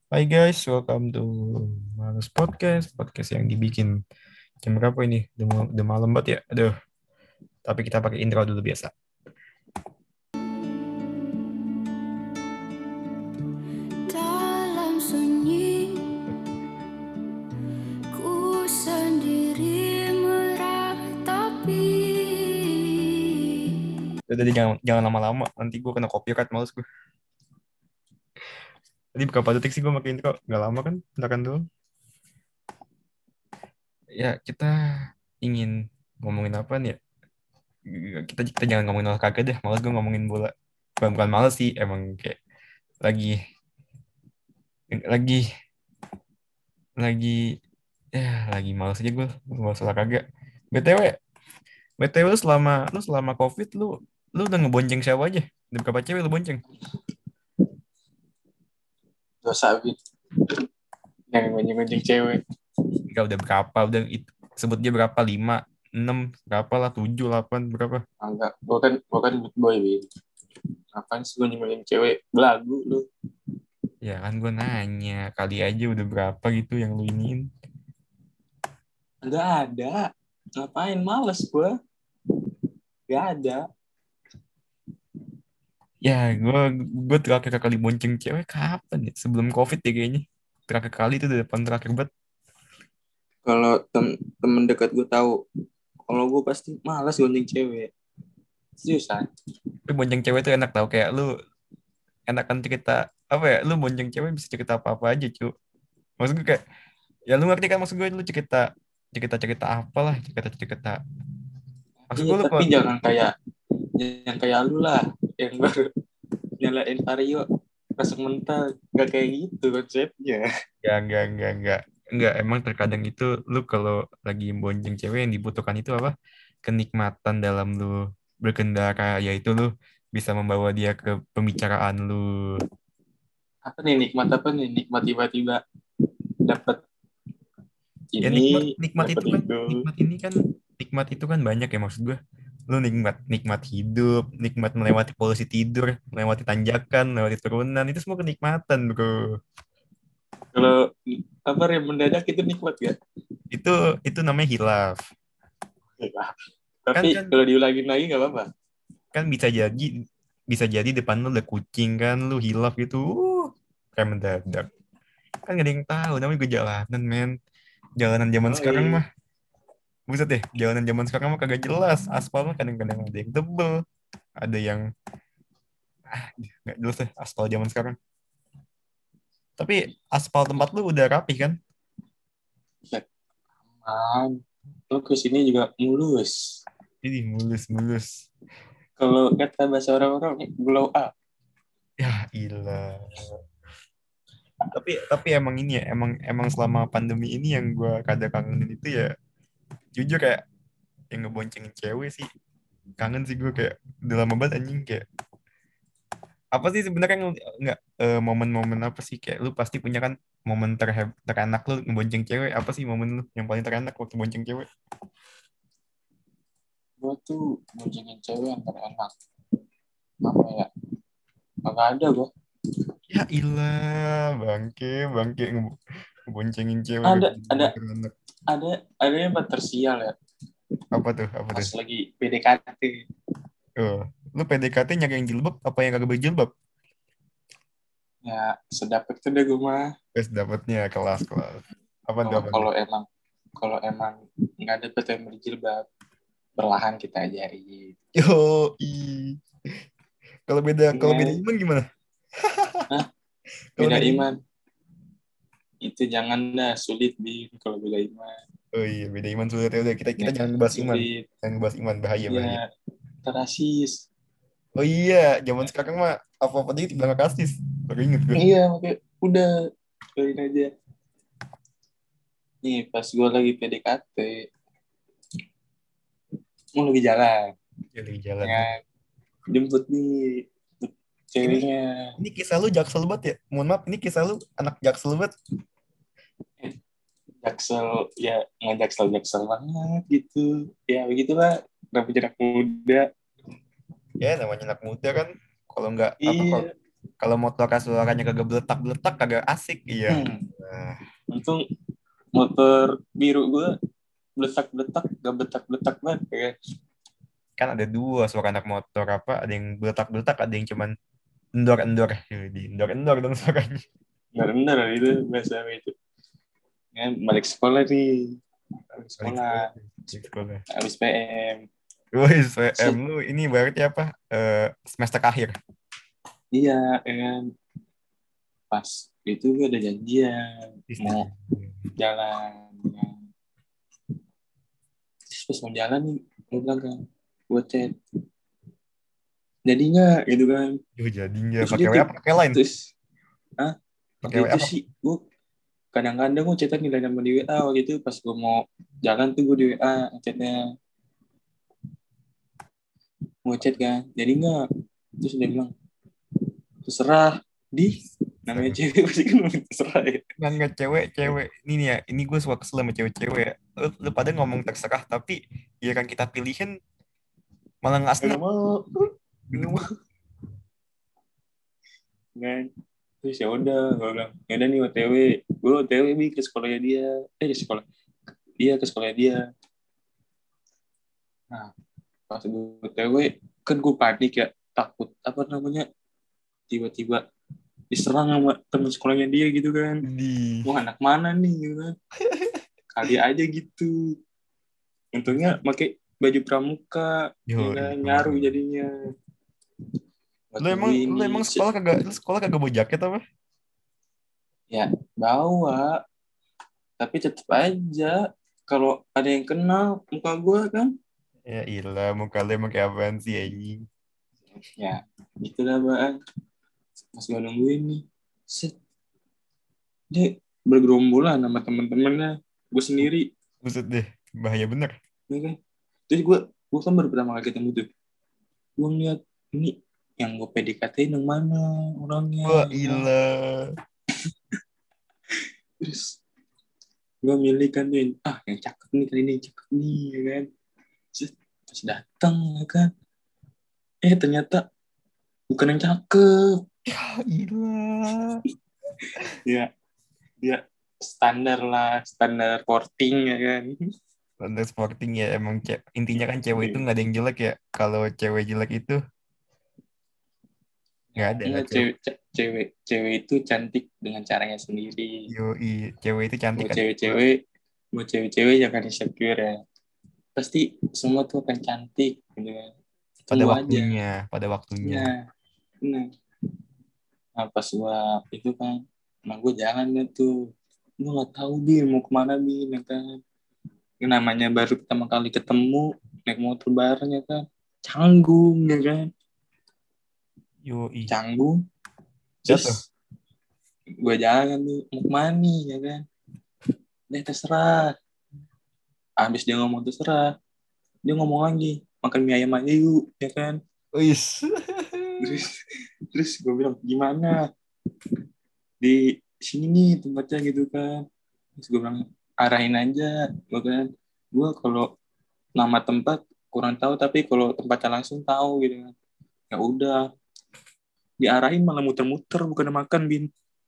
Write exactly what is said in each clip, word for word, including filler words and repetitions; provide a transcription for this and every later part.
Hai guys, welcome to Males Podcast, podcast yang dibikin jam berapa ini? Udah, mal- udah malam banget ya? Aduh, tapi kita pakai intro dulu biasa. Dalam sunyi ku sendiri meratapi. Udah, jadi jangan, jangan lama-lama, nanti gue kena copyright, males gue. Tadi berapa detik sih gue pakai intro? Gak lama kan? Bentar dulu. Ya, kita ingin ngomongin apa nih ya? Kita, kita jangan ngomongin olahraga deh, males gue ngomongin bola. Bukan, bukan males sih, emang kayak lagi, lagi, lagi, ya lagi males aja gue, males olahraga. B T W, B T W lu selama lu selama COVID lu lu udah ngebonceng siapa aja? Udah berapa cewek lu bonceng? Dosa Bin yang gunjing-gunjing cewek. Enggak, udah berapa? Udah it- sebut dia berapa? Lima, enam, berapa lah? Tujuh, delapan, berapa? Enggak, gua kan gua kan good boy Bin. Apaan sih gunjing-gunjing cewek belagu lu? Ya kan gue nanya kali aja udah berapa gitu yang lu iniin. Enggak ada. Ngapain, males gua. Enggak ada. Ya gue gue terakhir kali bonceng cewek kapan ya? Sebelum COVID ya kayaknya. Terakhir kali itu udah depan terakhir banget. Kalau tem temen dekat gua tahu, kalau gua pasti malas gunjing cewek. Seriusan. Tapi bonceng cewek tuh enak tau, kayak lu enakan cerita apa ya? Lu bonceng cewek bisa cerita apa-apa aja, cu. Maksud gue kayak ya lu ngerti kan, maksud gue lu cerita cerita cerita apalah, cerita cerita maksud Iya, gue lu tapi kalau jangan kayak yang kayak lu lah, yang baru nyalain Vario langsung mental. Enggak kayak gitu konsepnya. ya enggak enggak enggak enggak emang terkadang itu lu kalau lagi bonceng cewek yang dibutuhkan itu apa, kenikmatan dalam lu berkendara, yaitu lu bisa membawa dia ke pembicaraan lu. Apa nih nikmat apa nih? Nikmat tiba-tiba dapat Ya nikmat ini, nikmat dapat itu kan, itu. nikmat ini kan, nikmat itu kan banyak ya, maksud gue lu nikmat nikmat hidup, nikmat melewati polusi tidur, melewati tanjakan, melewati turunan, itu semua kenikmatan bro. Kalau apa rem mendadak itu nikmat gak? itu itu namanya hilaf. Ya. kan Tapi kan kalau diulangin lagi nggak apa-apa. kan bisa jadi bisa jadi depan lu ada kucing kan, lu hilaf gitu, uh, kayak mendadak. Kan gak ada yang tahu, namanya juga jalanan men. Jalanan zaman Oh sekarang iya. mah, buset deh, jalanan zaman sekarang mah kagak jelas. Aspal mah kadang-kadang ada yang tebel, ada yang ah nggak jelas deh aspal zaman sekarang. Tapi aspal tempat lu udah rapi kan? Ya, aman. Lo kesini juga mulus. Jadi mulus-mulus. Kalau kata bahasa orang-orang glow up. Ya ilah. Tapi tapi emang ini ya, emang emang selama pandemi ini yang gue kadang kangenin itu ya, jujur kayak yang ngeboncengin cewek sih. Kangen sih gue, kayak udah lama banget anjing. Kayak apa sih sebenarnya yang nggak, eh, momen-momen apa sih, kayak lu pasti punya kan momen terheb terenak lu ngebonceng cewek, apa sih momen lu yang paling terenak waktu bonceng cewek? Gue tuh boncengin cewek yang terenak. Apa ya? Gak ada gue. Ya ilah, bangke bangke nge- ngeboncengin cewek gak Ada, ada, yang terenak. ada, ada yang tersial ya. Apa tuh, apa tuh? Pas lagi P D K T. Oh, lu P D K T nyari yang jilbab apa yang kagak berjilbab? Ya, sedap itu deh gue mah. Terus dapatnya kelas-kelas. Apa tuh, Kalau apa tuh? kalau emang kalau emang nggak dapet yang berjilbab, perlahan kita ajari. Yo, i. Kalau beda kalau beda Ingat, iman gimana? nah, Kalau beda beda iman? iman. Itu jangan dah, sulit Bin kalau beda iman. Oh iya, beda iman sulit ya, udah kita kita Ya, jangan ngebahas iman. sulit. Jangan ngebahas iman, bahaya bahaya. Ya, terasis. Oh iya, zaman sekarang mah apa-apa dikit bilang rasis. Baru inget gue. Iya, makanya udah biarin aja. Nih, pas gue lagi P D K T, mau lagi jalan, Ya lagi jalan. ya jemput nih Ini ceweknya. ini kisah lu jaksel banget ya. Mohon maaf, ini kisah lu anak jaksel banget. Eh, Jaksel, ya nggak jaksel jaksel banget gitu. Ya begitulah, kenapa jarak muda. Ya namanya anak muda kan. Kalau nggak apa, kalau Iya, Kalau motor suaranya kagak beletak-beletak kagak asik. Iya. Hmm. Nah, Untung motor biru gue beletak-beletak, gak beletak-beletak banget kayak. kan ada dua suara anak motor apa? Ada yang beletak-beletak, ada yang cuman endor-endor. Di endor-endor dong suaranya. Bener-bener itu biasa itu. Kan balik sekolah nih, balik Balik sekolah, sekolah. Balik sekolah. habis P M. Wih, em Set, lu ini berarti apa? Eh, semester akhir. iya, kan pas itu gue ada janjian mau jalan. Terus pas mau jalan nih, gue bilang kan, gue chat, jadi nggak gitu kan. Yo jadinya Terus pakai dia W A tuh, apa pakai line? terus, ah, Pakai waktu W A itu apa? sih gue kadang-kadang gue chatan nilai nama di W A waktu itu pas gue mau jalan tuh gue di W A chatnya, mau chat kan, jadi nggak. Terus dia bilang terserah di namanya cewek pasti kan ngomong terserah ya. Nggak, nggak cewek, cewek. Ini nih ya, ini gue suka kesel sama cewek-cewek ya. Lu, lu pada ngomong terserah, tapi ya kan kita pilihin malah nggak seneng. Nggak mau, nggak mau Gendut. kan. Terus ya udah gue bilang ya udah nih O T W, gue O T W nih ke sekolahnya dia, eh ke sekolah dia ke sekolahnya dia. Nah pas gue O T W kan gue panik ya, takut apa namanya tiba-tiba diserang sama teman sekolahnya dia gitu kan. Di. Wah anak mana nih gitu kan, kali aja gitu. Untungnya pakai baju pramuka ya Yo, kan, nyaru yo. jadinya. Gak Lu emang, tungguin lu nih. emang Set. sekolah kagak, lu sekolah kagak bawa jaket apa? Ya bawa, tapi tetap aja kalau ada yang kenal muka gue kan, Ya ilah, muka lu emang kayak apaan sih anjing. ya itulah bang. Pas gue nungguin nih, set, dia bergerombolan sama temen-temennya, gue sendiri Buset deh, bahaya bener. ya kan. Terus gue gue kan baru pertama kali ketemu tuh, gue ngeliat ini yang gue P D K T-in yang mana orangnya Wah ya kan? ilah. Terus gue milih kan tuh, ah yang cakep nih kali ini, cakep nih ya kan. Set, pas datang ya kan, eh ternyata bukan yang cakep. Ya ilah. Ya dia standar lah, standar porting ya kan. Untuk sporting ya emang ce- intinya kan cewek itu nggak ada yang jelek ya. Kalau cewek jelek itu nggak Ya, ada lah enggak, cewek. cewek, ce- cewek cewek itu cantik dengan caranya sendiri. Yoi, cewek itu cantik Buat kan. cewek-cewek, buat cewek-cewek jangan insecure ya. Pasti semua tuh akan cantik gitu kan. Pada Tunggu aja. waktunya, pada waktunya. Nah, nah. Nah, pas gua itu kan, nah gue jalan deh tuh. Gue nggak tahu Bin mau kemana Bin ya kan. Yang namanya baru pertama kali ketemu naik motor bareng ya kan. Canggung ya kan. Yoi. Canggung. Jatuh. Terus gue jalan tuh mau kemana nih ya kan. Dia terserah. Habis dia ngomong terserah, dia ngomong lagi makan mie ayam aja yuk ya kan. Wis. Terus terus gue bilang gimana di sini nih tempatnya gitu kan. Terus gue bilang arahin aja gue kan. Gue kalau nama tempat kurang tahu, tapi kalau tempatnya langsung tahu gitu kan. Ya udah diarahin malah muter-muter bukan makan Bin.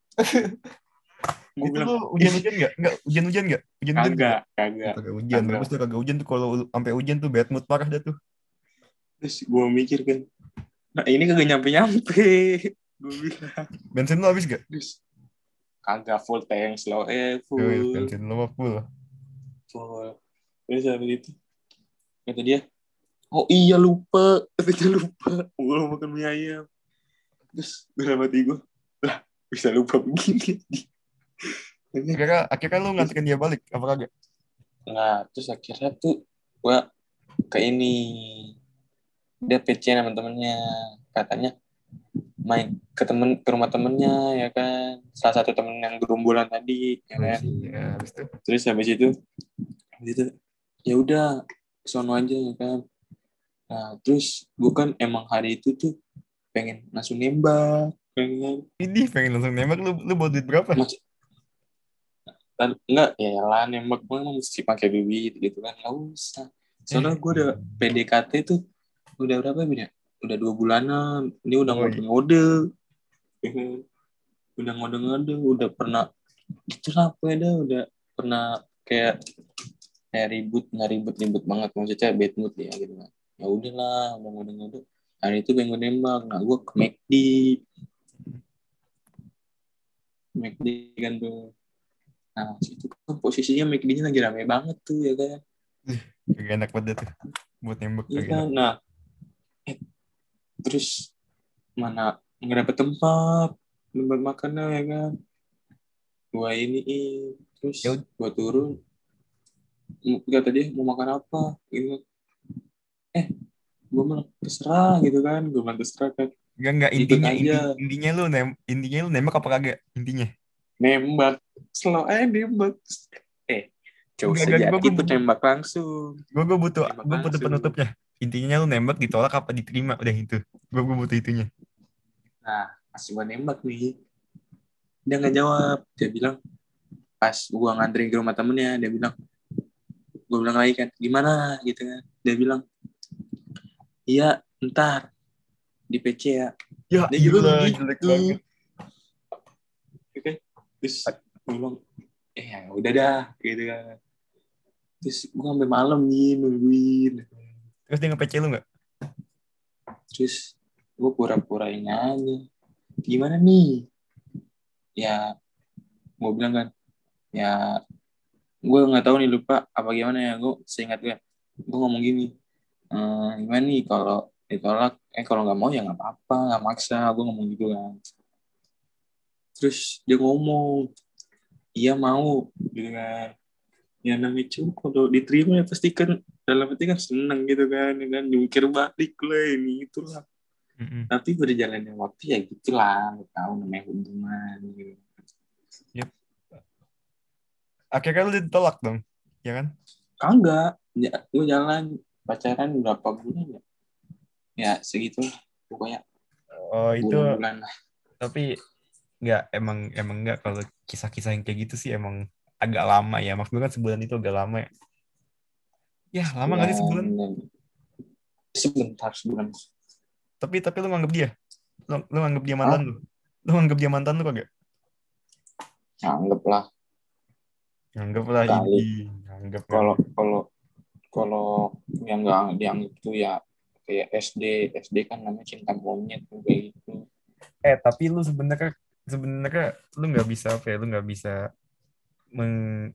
Gue Itu bilang lu ih hujan-hujan nggak? Nggak hujan-hujan nggak? Hujan-hujan nggak? kagak Oh, kagak kagak hujan. kagak. Bagus tuh kagak hujan tuh. Kalau sampai hujan tuh bad mood parah dah tuh. Terus gue mikir kan, nah ini kagak nyampe-nyampe. Gue bilang Bensin lu habis gak? terus kagak full tank slow eh Yoi, full bensin lu mah full. full. Terus habis itu kata dia, oh iya lupa, kata dia lupa gue makan mie ayam. Terus dalam hati gue, lah bisa lupa begini. Akhirnya, akhirnya lu nganterin dia balik. Apa kagak? Nah terus akhirnya tuh gue ke ini, dia P C sama temennya, katanya main ke temen ke rumah temennya ya kan, salah satu temen yang gerombolan tadi ya Wih, kan. iya, habis itu. Terus habis itu habis itu ya udah sono aja ya kan. Nah terus gue kan emang hari itu tuh pengen langsung nembak ya kan. Ini pengen langsung nembak lu, lu bawa duit berapa? Mas, enggak ya lah nembak gue emang mesti pakai duit gitu kan, nggak usah. Soalnya Eh, gue udah P D K T tuh udah berapa ya? Udah dua bulanan, ini udah oh, iya. ngode-ngode. Ya kan? Udah ngode-ngode, udah pernah gitu lah pokoknya dah, udah pernah kayak kayak ribut, nggak ribut-ribut banget maksudnya bad mood ya gitu kan. Ya udahlah, udah ngode-ngode. Hari itu pengen nembak, nah gue ke McD, McD kan tuh. Nah situ kan posisinya McD-nya lagi rame banget tuh ya kan. Kagak enak banget tuh. Buat nembak Iya kagak kan, enak. nah eh, terus mana nggak dapet tempat tempat makannya ya kan. Gua ini terus Ya udah, gua turun, kata dia mau makan apa gitu. Eh gue malah terserah gitu kan, gue malah terserah kan, enggak enggak ikut intinya inti aja. intinya lu nem intinya lu nembak apa kagak intinya? Nembak, selalu aja nembak. Eh cowok Enggak enggak gue sejati gue tuh nembak langsung, gue gue butuh nembak gue butuh langsung. penutupnya. Intinya lu nembak ditolak apa diterima udah itu. Gue gue butuh itunya. Nah masih gue nembak nih, dia nggak jawab. Dia bilang pas gue ngantri ke rumah temennya, dia bilang, gue bilang lagi kan gimana gitu kan, dia bilang iya ntar di P C ya. Ya Dia bilang iyalah jelek gitu. banget. Oke, terus gue bilang eh ya udah dah gitu kan. Terus gue sampai malam nih nungguin. Terus dia nge-P C lu nggak? Terus gue pura-purain aja. Gimana nih? Ya, gue bilang kan, ya gue nggak tahu nih, lupa apa gimana ya. Gue seingat gue, gue ngomong gini, ehm, gimana nih kalau ditolak? Eh kalau nggak mau ya nggak apa-apa, nggak maksa. Gue ngomong gitu kan. Terus dia ngomong, iya mau, gitu kan. Ya namanya cowok kalau diterima ya pasti kan dalam hati kan seneng gitu kan, ya kan jungkir balik lah ini itulah. Mm-mm. Tapi berjalannya waktu ya gitulah, lu tahu namanya hubungan gitu. Yep. Akhirnya lu ditolak dong, ya kan? Kagak, ya, gue jalan pacaran berapa bulan ya? Ya segitu lah, pokoknya Oh itu sepuluh bulan lah. tapi nggak emang emang nggak kalau kisah-kisah yang kayak gitu sih emang agak lama ya. Maksud gue kan sebulan itu agak lama ya. Ya lama nggak sih Bulan sebulan? dan sebentar sebulan. Tapi tapi lu nganggep dia, lu, lu nganggep dia mantan Ah, lu, lu nganggep dia mantan lu kagak? anggap lah Nganggep lah ini, kali. nganggep Kalau nganggep. kalau kalau yang nggak dianggap itu ya kayak S D, S D kan namanya cinta monyet tuh, kayak gitu. Eh tapi lu sebenarnya sebenarnya lu nggak bisa apa ya, lu nggak bisa meng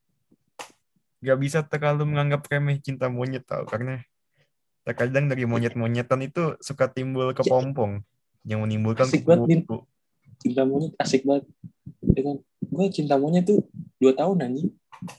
nggak bisa terlalu menganggap remeh cinta monyet tau karena terkadang dari monyet-monyetan itu suka timbul Ya, kepompong yang menimbulkan asik banget Din, kupu-kupu. cinta monyet asik banget. Ya kan? Gue cinta monyet tuh dua tahun anjing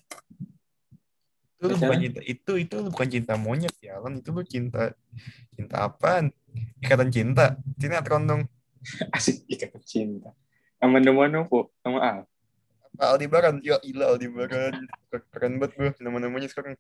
Itu lu bukan pacaran. cinta itu itu lu bukan cinta monyet ya Alan, itu lu cinta cinta apaan? Ikatan cinta, sinetron dong. Asik ikatan cinta. Sama Novo, sama Al. Aldebaran, ya ilah Aldebaran, keren banget gue nama-namanya sekarang.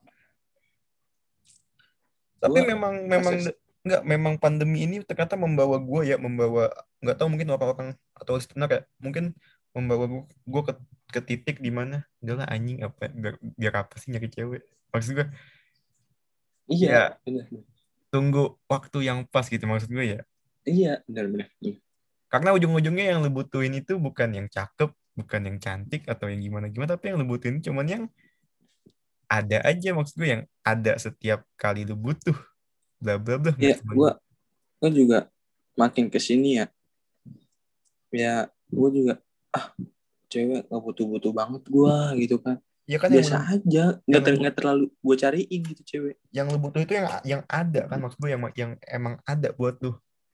Tapi Gue memang pas memang S- nggak memang pandemi ini ternyata membawa gue ya membawa nggak tahu mungkin orang-orang atau listener ya mungkin membawa gue ke ke titik di mana udahlah anjing apa biar, biar apa sih nyari cewek maksud gue iya, ya benar. tunggu waktu yang pas gitu maksud gue ya Iya, benar-benar. Iya. karena ujung-ujungnya yang lu butuhin itu bukan yang cakep bukan yang cantik atau yang gimana gimana tapi yang lu butuhin cuman yang ada aja maksud gue yang ada setiap kali lu butuh bla bla bla nggak Iya, cuma gue gue juga makin kesini ya, ya gue juga ah cewek gak butuh-butuh banget gue gitu kan. ya kan yang Biasa lu aja, yang nggak lu ter- nggak terlalu gue cariin gitu cewek. yang lu butuh itu yang yang ada kan maksud gue yang yang emang ada buat lu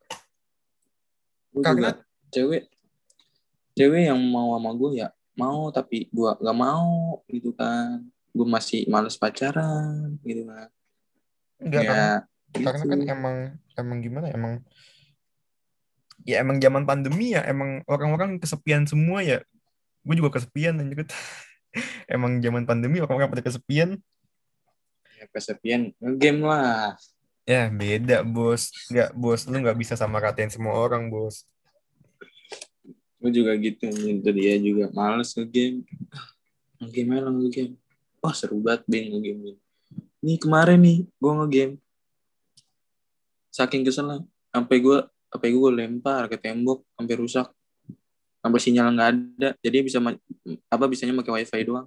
Gue juga karena cewek cewek yang mau sama gue ya mau, tapi gue nggak mau gitu kan. Gue masih males pacaran gitu kan. enggak karena Ya karena kan gitu. emang emang gimana emang ya emang zaman pandemi ya emang orang-orang kesepian semua ya gue juga kesepian anjir emang zaman pandemi orang-orang pada kesepian Ya kesepian ngegame lah. ya beda bos nggak bos lu nggak bisa sama ratain semua orang bos Gue juga gitu, itu dia juga males ngegame. Ngegame lah ngegame. Wah seru banget Bing ngegame. Nih kemarin nih gue ngegame. Saking kesel lah. Sampai gue H P gue lempar ke tembok sampai rusak, sampai sinyal nggak ada, jadi bisa ma- apa bisanya pakai wifi doang.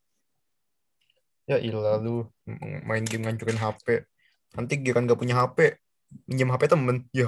Ya ilah lu main game ngancurin H P. Nanti giliran gak punya H P, minjem H P temen. Ya,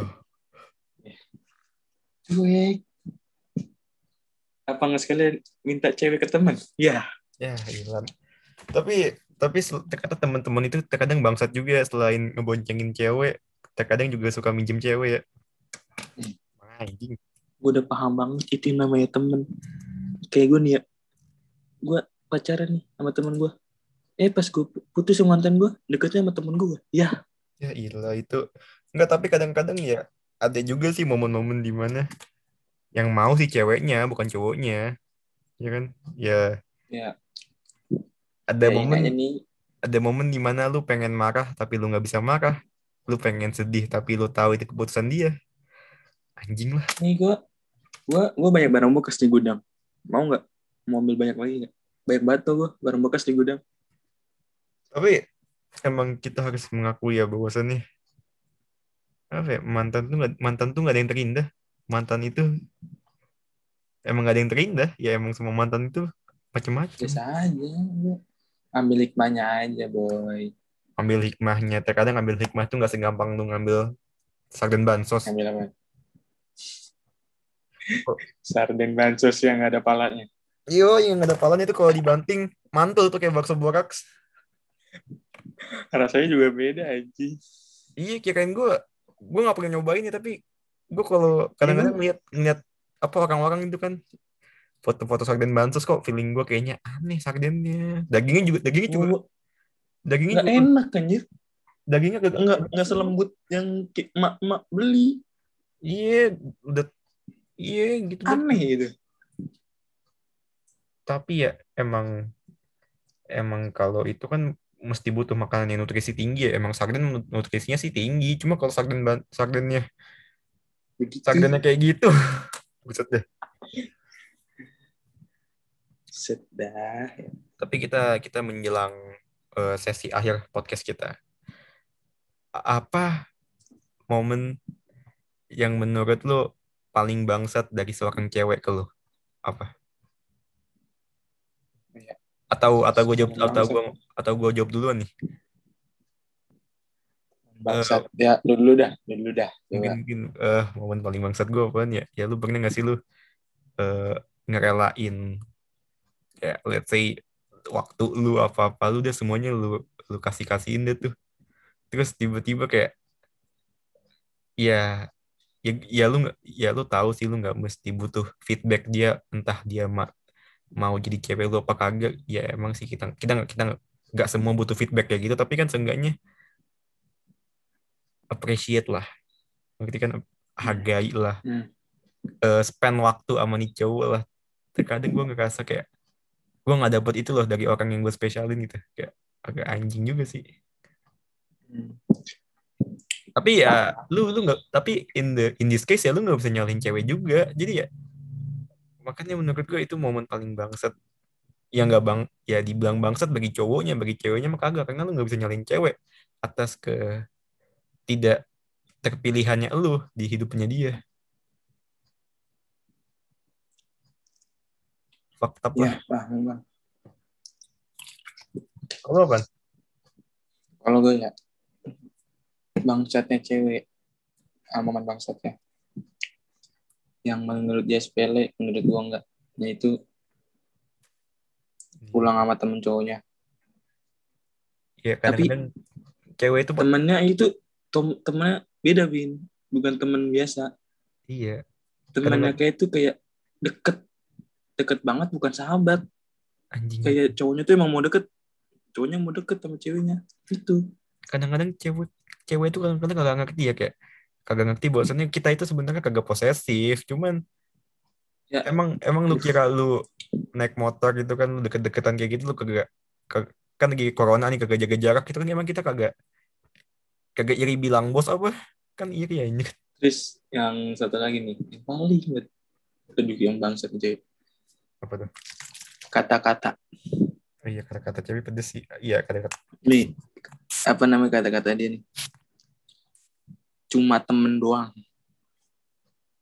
Cuek, apa nggak sekalian minta cewek ke teman? Ya. ya ilah. Tapi tapi sel- terkadang teman-teman itu terkadang bangsat juga selain ngeboncengin cewek, terkadang juga suka minjem cewek ya. Anjing. Gue udah paham banget itu yang namanya temen. Kayak gue nih ya, gue pacaran nih sama temen gue. Eh pas gue putus sama mantan gue, deketnya sama temen gue. Ya, Ya ilah itu. Enggak, tapi kadang-kadang ya ada juga sih momen-momen di mana yang mau sih ceweknya, bukan cowoknya. Ya kan? Ya ya, ada ya yang momen aja nih. ada momen di mana lu pengen marah tapi lu nggak bisa marah. Lu pengen sedih tapi lu tahu itu keputusan dia. Anjing lah. Nih gue, gue, gue banyak barang bekas di gudang. Mau nggak? Mau ambil banyak lagi nggak? Banyak banget tuh gue barang bekas di gudang. Tapi emang kita harus mengakui ya bahwasannya apa ya, mantan tuh nggak mantan tuh nggak ada yang terindah. Mantan itu emang nggak ada yang terindah. Ya emang semua mantan itu macem-macem. Biasa aja. Ambil hikmahnya aja, boy. Ambil hikmahnya. Terkadang ambil hikmah tuh nggak segampang lu ngambil sarden bansos. Ambil apa? Sarden bansos yang nggak ada palanya. Yo, yang ada palanya itu kalau dibanting mantul tuh kayak bakso boraks. Rasanya juga beda aja. Iya, kirain gue gue nggak pernah nyobain ya, tapi gue kalau kadang-kadang Emang lihat ngeliat apa orang-orang itu kan foto-foto sarden bansos, kok feeling gue kayaknya aneh sardennya. Dagingnya juga dagingnya juga nggak dagingnya nggak juga enak anjir. dagingnya kagak Nggak kagak- nggak selembut yang ki- mak-mak beli. iya udah iya gitu deh. Aneh gitu. Tapi ya emang emang kalau itu kan mesti butuh makanan yang nutrisi tinggi ya. Emang sarden nutrisinya sih tinggi. Cuma kalau sarden ban- sardennya sardennya Begitu. kayak gitu, buset deh. Sedah. Tapi kita kita menjelang eh, sesi akhir podcast kita. A- Apa momen yang menurut lo paling bangsat dari seorang cewek ke lo? Apa? Ya, Atau atau gue jawab paling atau bangsat. gue atau gue jawab duluan nih. Bangsat. Eh, Ya, lu dulu dah. Lu dulu dah. mungkin Coba. mungkin eh momen paling bangsat gue apaan ya? Ya lu pernah nggak sih lu eh, ngerelain ya let's say waktu lu apa-apa lu udah semuanya lu lu kasih kasihin deh tuh. Terus tiba-tiba kayak ya ya, ya lu nggak ya lu tahu sih lu nggak mesti butuh feedback dia, entah dia ma- mau jadi cewek lu apa kagak. Ya emang sih kita kita nggak kita nggak nggak semua butuh feedback kayak gitu, tapi kan seenggaknya appreciate lah, ngerti kan, Hmm. hargai lah. Hmm. Eh, spend waktu sama nih cowok lah. Terkadang gue ngerasa kayak gue nggak dapet itu loh dari orang yang gue spesialin gitu, kayak agak anjing juga sih. Hmm. Tapi ya lu lu nggak tapi in the in this case ya lu nggak bisa nyalahin cewek juga, jadi ya makanya menurut gue itu momen paling bangsat. Ya nggak bang ya dibilang bangsat bagi cowoknya, bagi ceweknya mah kagak, karena lu nggak bisa nyalain cewek atas ke tidak terpilihannya lu di hidupnya dia. Fakta lah. Ya, paham bang. Kalau apa? Kalau gue ya, bangsatnya cewek. Ah, momen bangsatnya. Yang menurut dia sepele, menurut gue enggak. Yaitu pulang sama temen cowoknya. Ya Tapi kadang-kadang cewek itu temennya itu tem- temennya beda, Bin. Bukan temen biasa. iya Temennya kadang-kadang kayak itu kayak deket. Deket banget, bukan sahabat. anjing, Kayak cowoknya tuh emang mau deket. Cowoknya mau deket sama ceweknya. Itu. kadang-kadang cewek cewek itu kadang-kadang kagak ngerti ya, kayak kagak ngerti bahwasannya kita itu sebenarnya kagak posesif, cuman Ya, emang emang lu aduh. kira lu naik motor gitu kan, lu deket-deketan kayak gitu lu kagak kag- kan lagi corona nih kagak jaga jarak gitu kan, emang kita kagak kagak iri bilang bos apa, kan iri ya ini. Terus yang satu lagi nih. Yang paling buat. Aduh, yang bangsat cewek. Apa tuh? Kata-kata. Oh iya, kata-kata cewek pedes sih. Iya, kata-kata. Nih, apa namanya kata-kata dia nih? Cuma temen doang.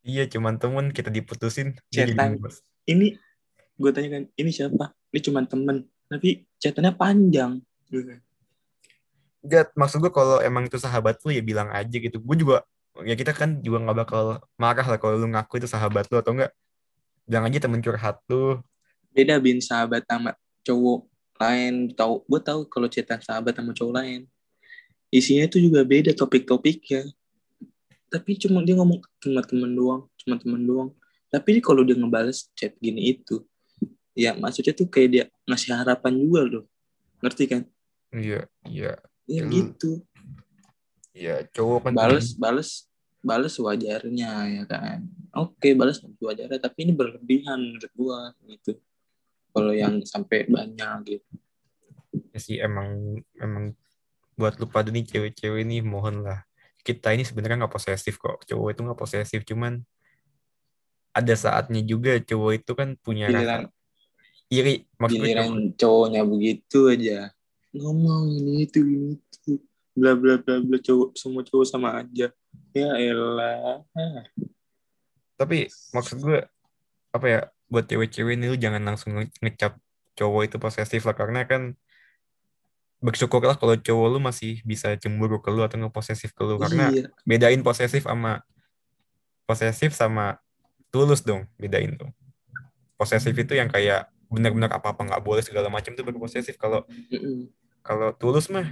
Iya, cuman temen kita diputusin dia jadi Chatan ngebos. ini gue tanya kan, ini siapa? Ini cuma temen, tapi chatannya panjang. Gitu kan. Enggak, maksud gue kalau emang itu sahabat lu ya bilang aja gitu. Gue juga ya kita kan juga nggak bakal marah lah kalau lu ngaku itu sahabat lu atau enggak. Bilang aja temen curhat lu. Beda bin sahabat sama cowok lain. Tahu, gue tahu kalau chatan sahabat sama cowok lain. Isinya itu juga beda topik-topiknya. Tapi cuma dia ngomong cuma temen doang, cuma temen doang. Tapi ini kalau dia ngebales chat gini itu, ya maksudnya tuh kayak dia ngasih harapan juga loh. Ngerti kan? Iya, iya. Ya Ya, lu, gitu. ya cowok kan punya. Bales, bales, bales wajarnya ya kan. Oke, bales wajarnya, tapi ini berlebihan menurut gua gitu. Kalau yang sampai banyak gitu. Ya sih emang emang buat lu pada nih cewek-cewek nih mohon lah. Kita ini sebenarnya nggak posesif kok. Cowok itu nggak posesif, cuman ada saatnya juga cowok itu kan punya rasa Giliran iri. Maksud gue giliran cowok. cowoknya begitu aja. Ngomong ini itu ini itu. Bla bla bla bla cowok semua cowok sama aja. Ya elah. Tapi maksud gue apa ya, buat cewek-cewek ini lu jangan langsung nge- ngecap cowok itu posesif lah, karena kan bersyukurlah kalau cowok lu masih bisa cemburu ke lu atau ngeposesif ke lu, karena Iya, bedain posesif sama posesif sama tulus dong, bedain tuh. Posesif itu yang kayak benar-benar apa-apa nggak boleh segala macam tuh baru posesif. Kalau mm-mm. kalau tulus mah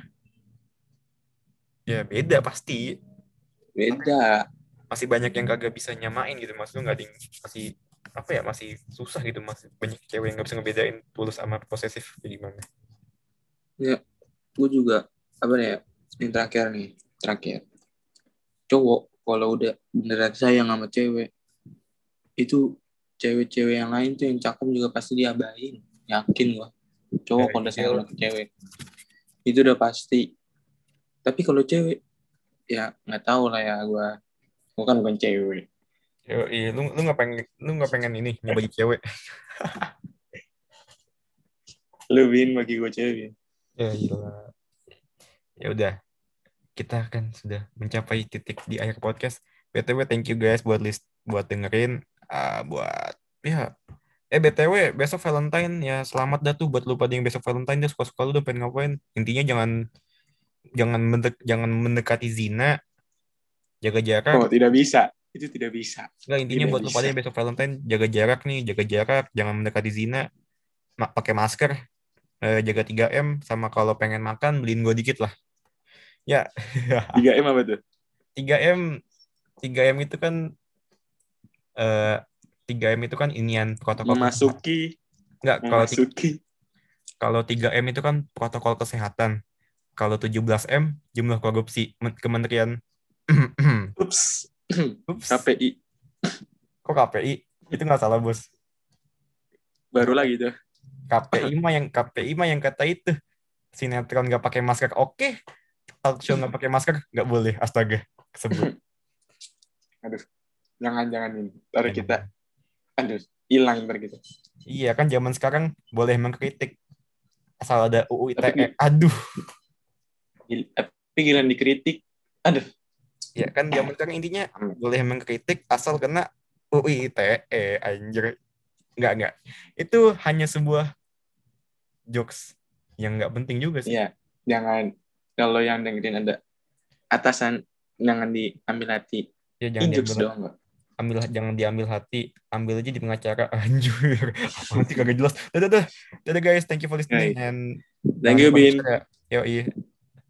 ya beda pasti. Beda. Masih banyak yang kagak bisa nyamain gitu, mas lu nggak ding, masih apa ya, masih susah gitu, masih banyak cewek yang nggak bisa ngebedain tulus sama posesif kayak gimana. Ya, gue juga apa ya? Yang terakhir nih, terakhir. Cowok kalau udah beneran sayang sama cewek, itu cewek-cewek yang lain tuh yang cakep juga pasti diabain. Yakin gua. Cowok Ya, kalau udah sayang iya. sama cewek, itu udah pasti. Tapi kalau cewek, ya nggak tahu lah ya gua. Gua kan bukan cewek. Yo, iya, lu lu nggak pengen lu nggak pengen ini nyoba jadi cewek. Lu Bin bagi gua cewek. Ya gila. Ya udah, kita kan sudah mencapai titik di akhir podcast. B T W thank you guys buat list buat dengerin, ah, buat ya eh B T W besok Valentine ya, selamat dah tuh buat lu pada yang besok Valentine, deh suka-suka lu udah pengen ngapain. Intinya jangan jangan mendek, jangan mendekati zina, jaga jarak. Oh, tidak bisa. Itu tidak bisa. Enggak, intinya Tidak buat lu pada bisa. yang besok Valentine jaga jarak nih, jaga jarak, jangan mendekati zina, ma- pakai masker, eh, jaga tiga M, sama kalau pengen makan beliin gua dikit lah. Ya, tiga M apa tuh? tiga M tiga M itu kan eh tiga M itu kan inian protokol kesehatan. Memasuki, Enggak, kalau ti- memasuki. kalau tiga M itu kan protokol kesehatan. Kalau tujuh belas M jumlah korupsi Men- Kementerian. Ups. Ups, K P I. kok K P I? Itu nggak salah, Bos. Baru lagi tuh. K P I mah yang K P I mah yang kata itu. Sinetron nggak pakai masker oke. Talk show nggak pakai masker nggak boleh. Astaga, kesebut. Aduh, jangan-jangan ini. Ntar kita, aduh, hilang ntar kita. Iya kan zaman sekarang boleh mengkritik asal ada U U I T E. Tapi, Aduh. gil- tapi giliran dikritik, aduh. Ya kan zaman sekarang intinya boleh mengkritik asal kena U I T E, anjir. Enggak, enggak. Itu hanya sebuah jokes yang nggak penting juga sih. Iya, jangan, kalau yang dengerin ada atasan, jangan diambil hati. Ya jangan Ini jokes diambil, doang kok. ambil jangan diambil hati, ambil aja di pengacara. Anjir. Apaan sih kagak jelas. Dadah, dadah. Dadah guys, thank you for listening Guys, and thank jangan you, lupa Bin. di-share ya. Yoi.